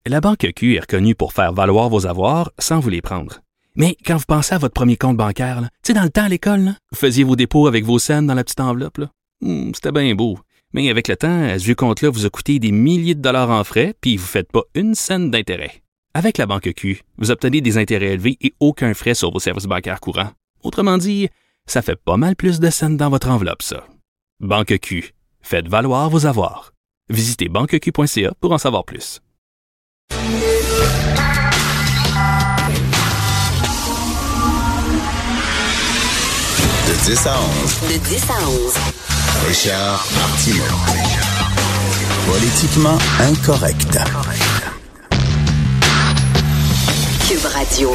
La Banque Q est reconnue pour faire valoir vos avoirs sans vous les prendre. Mais quand vous pensez à votre premier compte bancaire, tu sais, dans le temps à l'école, là, vous faisiez vos dépôts avec vos scènes dans la petite enveloppe. Là. C'était bien beau. Mais avec le temps, ce vieux compte-là vous a coûté des milliers de dollars en frais, puis vous ne faites pas une scène d'intérêt. Avec la Banque Q, vous obtenez des intérêts élevés et aucun frais sur vos services bancaires courants. Autrement dit, ça fait pas mal plus de scènes dans votre enveloppe, ça. Banque Q. Faites valoir vos avoirs. Visitez banqueq.ca pour en savoir plus. De 10 à 11. De 10 à 11. Richard Martineau. Politiquement incorrect. Cube Radio.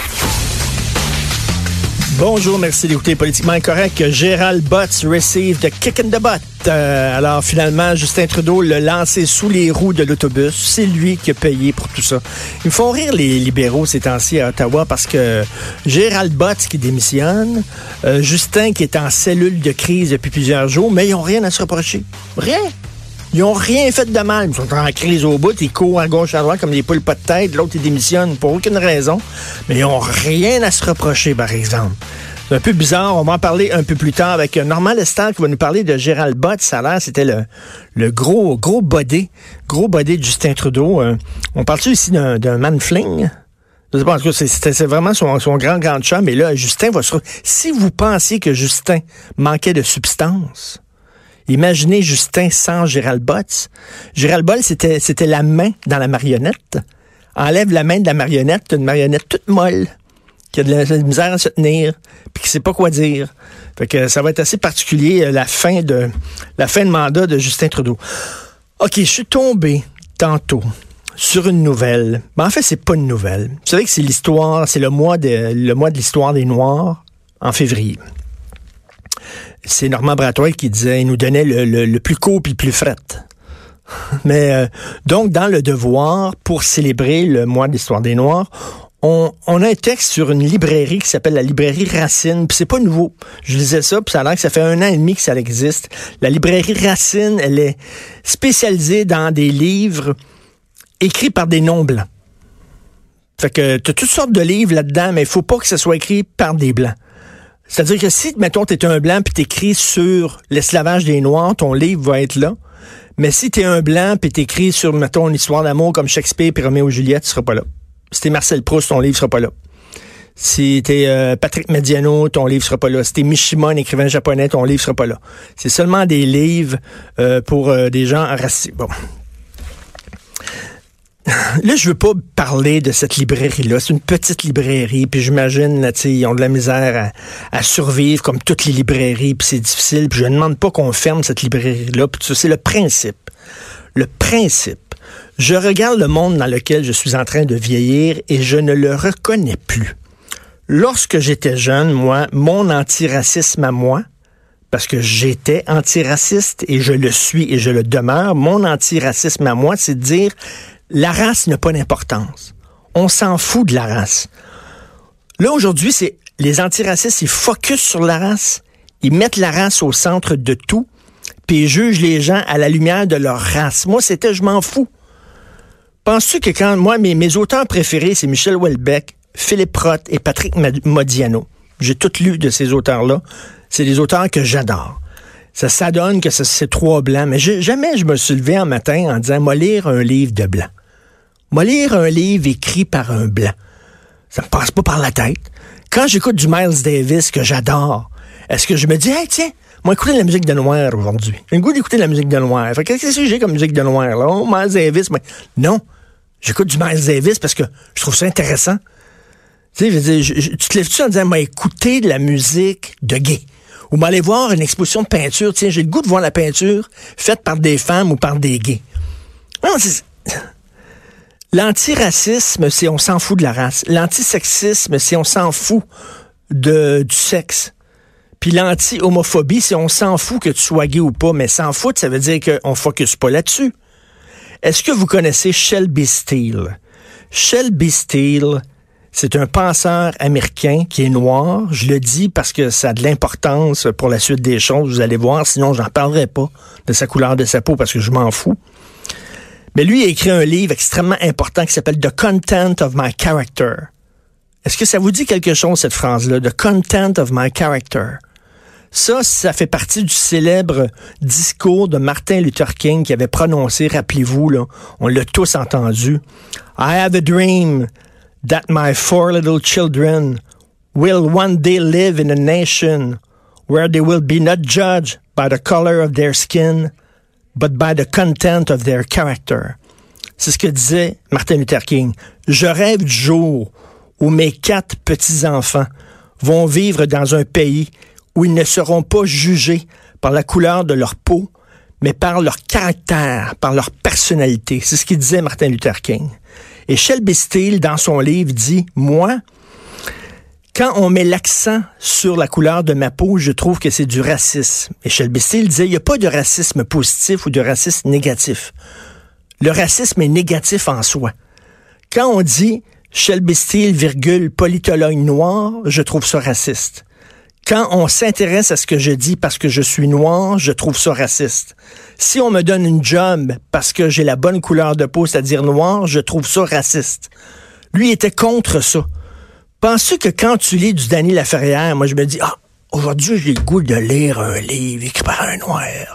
Bonjour, merci d'écouter Politiquement Incorrect. Gérald Butts receive the kick in the butt. Alors finalement, Justin Trudeau l'a lancé sous les roues de l'autobus. C'est lui qui a payé pour tout ça. Ils me font rire les libéraux ces temps-ci à Ottawa parce que Gérald Butts qui démissionne, Justin qui est en cellule de crise depuis plusieurs jours, mais ils n'ont rien à se reprocher. Rien. Ils n'ont rien fait de mal. Ils sont en crise au bout. Ils courent à gauche, à droite comme des poules pas de tête. L'autre, il démissionne pour aucune raison. Mais ils n'ont rien à se reprocher, par exemple. C'est un peu bizarre. On va en parler un peu plus tard avec Normand Lester qui va nous parler de Gérald Butts. Ça a l'air, c'était le gros body de Justin Trudeau. On parle-tu ici d'un man-fling? Je sais pas, en tout cas, c'est vraiment son grand chum. Mais là, Justin va se... Si vous pensiez que Justin manquait de substance... Imaginez Justin sans Gérald Butts. Gérald Butts, c'était la main dans la marionnette. Enlève la main de la marionnette, t'as une marionnette toute molle, qui a de la misère à se tenir, puis qui sait pas quoi dire. Fait que ça va être assez particulier, la fin de mandat de Justin Trudeau. OK, je suis tombé tantôt sur une nouvelle. Ben, en fait, c'est pas une nouvelle. Vous savez que c'est l'histoire, c'est le mois de l'histoire des Noirs en février. C'est Normand Bratoil qui disait, il nous donnait le plus court puis le plus fret. Mais donc, dans Le Devoir, pour célébrer le mois de l'histoire des Noirs, on a un texte sur une librairie qui s'appelle la librairie Racine, puis c'est pas nouveau. Je lisais ça, puis ça a l'air que ça fait 1 an et demi que ça existe. La librairie Racine, elle est spécialisée dans des livres écrits par des non-blancs. Fait que t'as toutes sortes de livres là-dedans, mais il faut pas que ça soit écrit par des blancs. C'est-à-dire que si, mettons, t'es un blanc puis t'écris sur l'esclavage des Noirs, ton livre va être là. Mais si t'es un blanc puis t'écris sur, mettons, une histoire d'amour comme Shakespeare puis Roméo et Juliette, tu seras pas là. Si t'es Marcel Proust, ton livre sera pas là. Si t'es Patrick Mediano, ton livre sera pas là. Si t'es Mishima, un écrivain japonais, ton livre sera pas là. C'est seulement des livres pour des gens racisés. Bon. Là, je veux pas parler de cette librairie-là. C'est une petite librairie, puis j'imagine, là, ils ont de la misère à survivre comme toutes les librairies, puis c'est difficile, puis je ne demande pas qu'on ferme cette librairie-là, puis ça, c'est le principe. Le principe. Je regarde le monde dans lequel je suis en train de vieillir et je ne le reconnais plus. Lorsque j'étais jeune, moi, mon antiracisme à moi, parce que j'étais antiraciste et je le suis et je le demeure, mon antiracisme à moi, c'est de dire... La race n'a pas d'importance. On s'en fout de la race. Là, aujourd'hui, c'est les antiracistes, ils focusent sur la race. Ils mettent la race au centre de tout, puis ils jugent les gens à la lumière de leur race. Moi, je m'en fous. Penses-tu que quand, moi, mes auteurs préférés, c'est Michel Houellebecq, Philippe Roth et Patrick Modiano. J'ai tout lu de ces auteurs-là. C'est des auteurs que j'adore. Ça donne que c'est 3 blancs. Mais jamais je me suis levé un matin en disant, moi, lire un livre de blanc. Moi, lire un livre écrit par un blanc. Ça me passe pas par la tête. Quand j'écoute du Miles Davis, que j'adore, est-ce que je me dis, hey, tiens, moi, écouter de la musique de noir aujourd'hui. J'ai le goût d'écouter de la musique de noir. Fait qu'est-ce que j'ai comme musique de noir, là? Oh, Miles Davis. Mais non. J'écoute du Miles Davis parce que je trouve ça intéressant. Tu sais, tu te lèves-tu en disant, moi, écouter de la musique de gay? Ou m'aller voir une exposition de peinture. Tiens, j'ai le goût de voir la peinture faite par des femmes ou par des gays. Non, l'antiracisme, c'est on s'en fout de la race. L'antisexisme, c'est on s'en fout du sexe. Puis l'anti-homophobie, c'est on s'en fout que tu sois gay ou pas. Mais s'en foutre, ça veut dire qu'on focus pas là-dessus. Est-ce que vous connaissez Shelby Steele? Shelby Steele, c'est un penseur américain qui est noir. Je le dis parce que ça a de l'importance pour la suite des choses. Vous allez voir, sinon j'en parlerai pas de sa couleur de sa peau parce que je m'en fous. Mais lui, il a écrit un livre extrêmement important qui s'appelle « The Content of My Character ». Est-ce que ça vous dit quelque chose, cette phrase-là? « The Content of My Character ». Ça fait partie du célèbre discours de Martin Luther King qui avait prononcé, rappelez-vous, là, on l'a tous entendu. « I have a dream that my 4 little children will one day live in a nation where they will be not judged by the color of their skin, but by the content of their character. » C'est ce que disait Martin Luther King. « Je rêve du jour où mes 4 petits-enfants vont vivre dans un pays où ils ne seront pas jugés par la couleur de leur peau, mais par leur caractère, par leur personnalité. » C'est ce qu'il disait Martin Luther King. Et Shelby Steele, dans son livre, dit « Moi, quand on met l'accent sur la couleur de ma peau, je trouve que c'est du racisme. » Et Shelby Steele disait « Il n'y a pas de racisme positif ou de racisme négatif. Le racisme est négatif en soi. Quand on dit Shelby Steele, virgule, politologue noir, je trouve ça raciste. Quand on s'intéresse à ce que je dis parce que je suis noir, je trouve ça raciste. Si on me donne une job parce que j'ai la bonne couleur de peau, c'est-à-dire noir, je trouve ça raciste. » Lui était contre ça. Penses-tu que quand tu lis du Danny Laferrière, moi je me dis, aujourd'hui j'ai le goût de lire un livre écrit par un noir.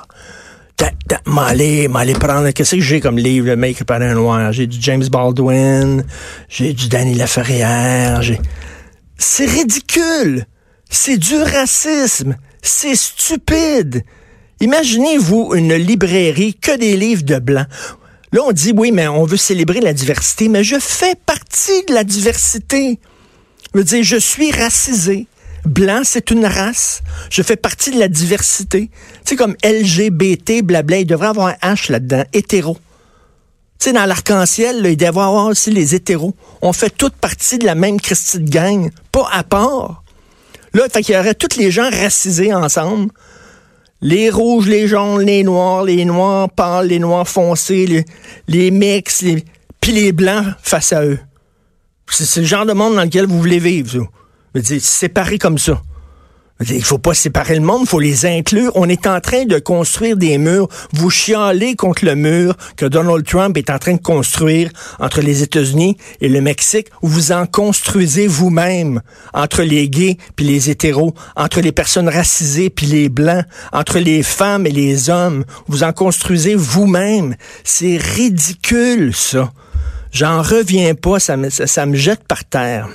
M'aller prendre, qu'est-ce que j'ai comme livre, le mec écrit par un noir? J'ai du James Baldwin, j'ai du Danny Laferrière, C'est ridicule! C'est du racisme! C'est stupide! Imaginez-vous une librairie que des livres de blancs. Là, on dit, oui, mais on veut célébrer la diversité, mais je fais partie de la diversité. Je veux dire, je suis racisé. Blanc, c'est une race. Je fais partie de la diversité. Tu sais, comme LGBT, blabla, il devrait avoir un H là-dedans. Hétéro. Tu sais, dans l'arc-en-ciel, là, il devrait avoir aussi les hétéros. On fait toute partie de la même Christie de gang. Pas à part. Là, fait qu'il y aurait tous les gens racisés ensemble. Les rouges, les jaunes, les noirs pâles, les noirs foncés, les mix, puis les blancs face à eux. C'est le genre de monde dans lequel vous voulez vivre, ça. Je veux dire, séparer comme ça. Je veux dire, il faut pas séparer le monde, il faut les inclure. On est en train de construire des murs. Vous chialez contre le mur que Donald Trump est en train de construire entre les États-Unis et le Mexique. Vous en construisez vous-même entre les gays puis les hétéros, entre les personnes racisées puis les blancs, entre les femmes et les hommes. Vous en construisez vous-même. C'est ridicule, ça. J'en reviens pas, ça me jette par terre.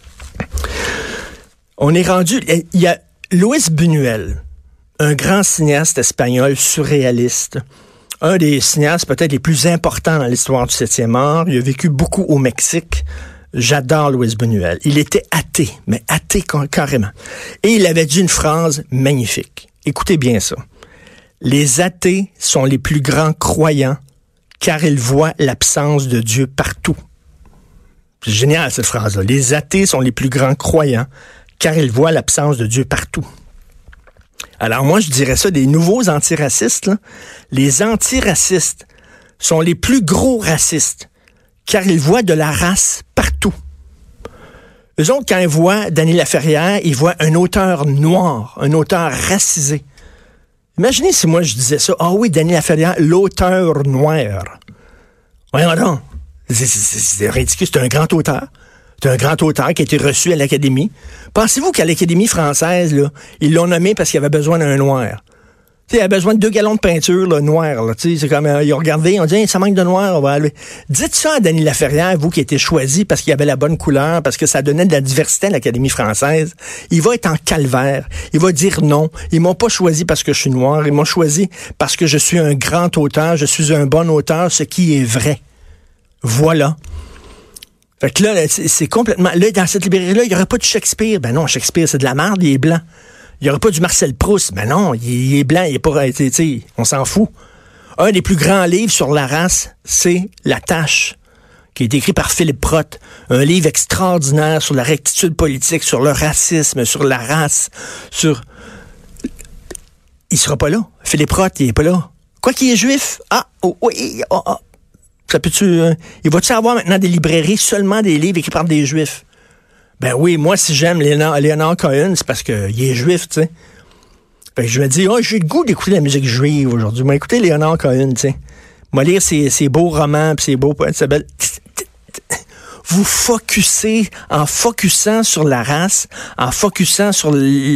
On est rendu... Il y a Luis Buñuel, un grand cinéaste espagnol surréaliste, un des cinéastes peut-être les plus importants dans l'histoire du 7e art. Il a vécu beaucoup au Mexique. J'adore Luis Buñuel. Il était athée, mais athée carrément. Et il avait dit une phrase magnifique. Écoutez bien ça. « Les athées sont les plus grands croyants car ils voient l'absence de Dieu partout. » C'est génial, cette phrase-là. Les athées sont les plus grands croyants, car ils voient l'absence de Dieu partout. Alors moi, je dirais ça des nouveaux antiracistes, là. Les antiracistes sont les plus gros racistes, car ils voient de la race partout. Eux autres, quand ils voient Danny Laferrière, ils voient un auteur noir, un auteur racisé. Imaginez si moi je disais ça. Ah oui, Danny Laferrière, l'auteur noir. Voyons donc. C'est ridicule, c'est un grand auteur. C'est un grand auteur qui a été reçu à l'Académie. Pensez-vous qu'à l'Académie française, là, ils l'ont nommé parce qu'il avait besoin d'un noir? Tu sais, il avait besoin de 2 gallons de peinture là, noire. Là, c'est comme, ils ont regardé, ils ont dit hey, ça manque de noir, on va aller. Dites ça à Danny Laferrière, vous qui avez été choisi parce qu'il avait la bonne couleur, parce que ça donnait de la diversité à l'Académie française. Il va être en calvaire. Il va dire non. Ils m'ont pas choisi parce que je suis noir. Ils m'ont choisi parce que je suis un grand auteur. Je suis un bon auteur, ce qui est vrai. Voilà. Fait que là, c'est complètement... Là, dans cette librairie-là, il n'y aurait pas de Shakespeare. Ben non, Shakespeare, c'est de la merde, il est blanc. Il n'y aurait pas du Marcel Proust. Ben non, il est blanc, il est pas... T'sais, on s'en fout. Un des plus grands livres sur la race, c'est La Tâche, qui est écrit par Philippe Roth. Un livre extraordinaire sur la rectitude politique, sur le racisme, sur la race, sur... Il sera pas là. Philippe Roth, il est pas là. Quoi qu'il est juif. Ah, oh, oui, oh, oh. Ça peut-tu... il va-tu avoir maintenant des librairies seulement des livres écrits par des Juifs? Ben oui, moi, si j'aime Leonard Cohen, c'est parce qu'il est juif, tu sais. Fait que je me dis, j'ai le goût d'écouter la musique juive aujourd'hui. Moi, écoutez Leonard Cohen, tu sais. Moi, lire ces beaux romans, puis ces beaux poètes, ça s'appelle... Vous focussez, en focusant sur la race, en focusant sur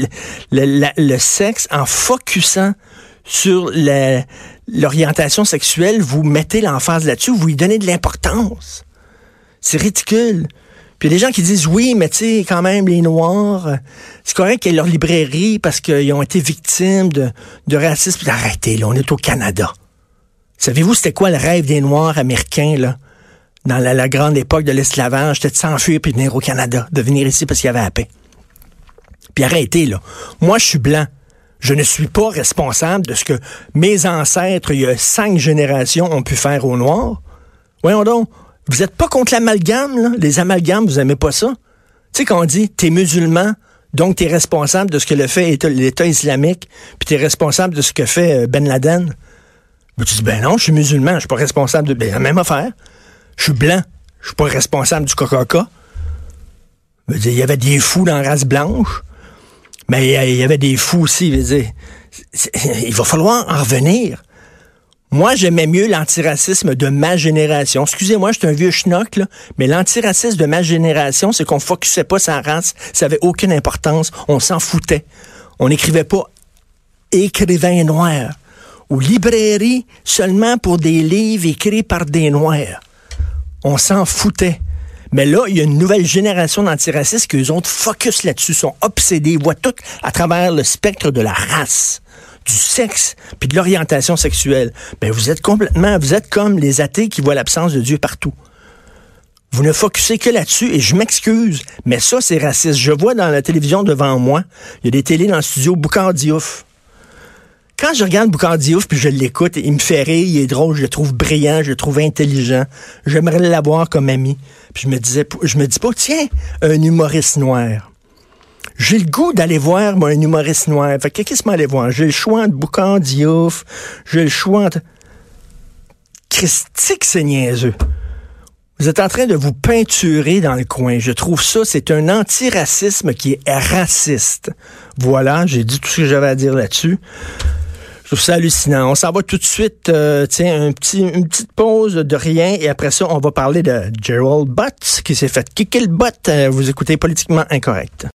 le sexe, en focusant sur l'orientation sexuelle, vous mettez l'emphase là-dessus, vous lui donnez de l'importance. C'est ridicule. Puis il y a des gens qui disent, oui, mais tu sais, quand même, les Noirs, c'est correct qu'il y ait leur librairie parce qu'ils ont été victimes de racisme. Arrêtez, là, on est au Canada. Savez-vous c'était quoi le rêve des Noirs américains, là? Dans la grande époque de l'esclavage, c'était de s'enfuir puis de venir au Canada, de venir ici parce qu'il y avait la paix. Puis arrêtez, là. Moi, je suis blanc. Je ne suis pas responsable de ce que mes ancêtres, il y a 5 générations, ont pu faire aux Noirs. Voyons donc. Vous êtes pas contre l'amalgame, là? Les amalgames, vous aimez pas ça? Tu sais, quand on dit, t'es musulman, donc t'es responsable de ce que le fait l'État islamique, puis t'es responsable de ce que fait Ben Laden. Ben, tu dis, ben non, je suis musulman, je suis pas responsable de... Ben, la même affaire. Je suis blanc. Je suis pas responsable du Coca-Cola. Il y avait des fous dans la race blanche, mais il y avait des fous aussi. Il va falloir en revenir. Moi, j'aimais mieux l'antiracisme de ma génération. Excusez-moi, je suis un vieux schnock, là, mais l'antiracisme de ma génération, c'est qu'on focusait pas sa race. Ça avait aucune importance. On s'en foutait. On n'écrivait pas écrivain noir ou librairie seulement pour des livres écrits par des Noirs. On s'en foutait. Mais là, il y a une nouvelle génération d'antiracistes qui, eux autres, focus là-dessus, sont obsédés, ils voient tout à travers le spectre de la race, du sexe, puis de l'orientation sexuelle. Ben, vous êtes comme les athées qui voient l'absence de Dieu partout. Vous ne focussez que là-dessus, et je m'excuse, mais ça, c'est raciste. Je vois dans la télévision devant moi, il y a des télés dans le studio, Boukhar Diouf. Quand je regarde Boukhar Diouf puis je l'écoute, il me fait rire, il est drôle, je le trouve brillant, je le trouve intelligent. J'aimerais l'avoir comme ami. Puis je me dis pas, tiens, un humoriste noir. J'ai le goût d'aller voir, moi, un humoriste noir. Fait que qu'est-ce que m'aller voir? J'ai le choix entre Boukhar Diouf, j'ai le choix entre... Christique, c'est niaiseux. Vous êtes en train de vous peinturer dans le coin. Je trouve ça, c'est un antiracisme qui est raciste. Voilà, j'ai dit tout ce que j'avais à dire là-dessus. Je trouve ça hallucinant. On s'en va tout de suite, une petite pause de rien, et après ça, on va parler de Gerald Butts, qui s'est fait kicker le butt. Vous écoutez Politiquement Incorrect.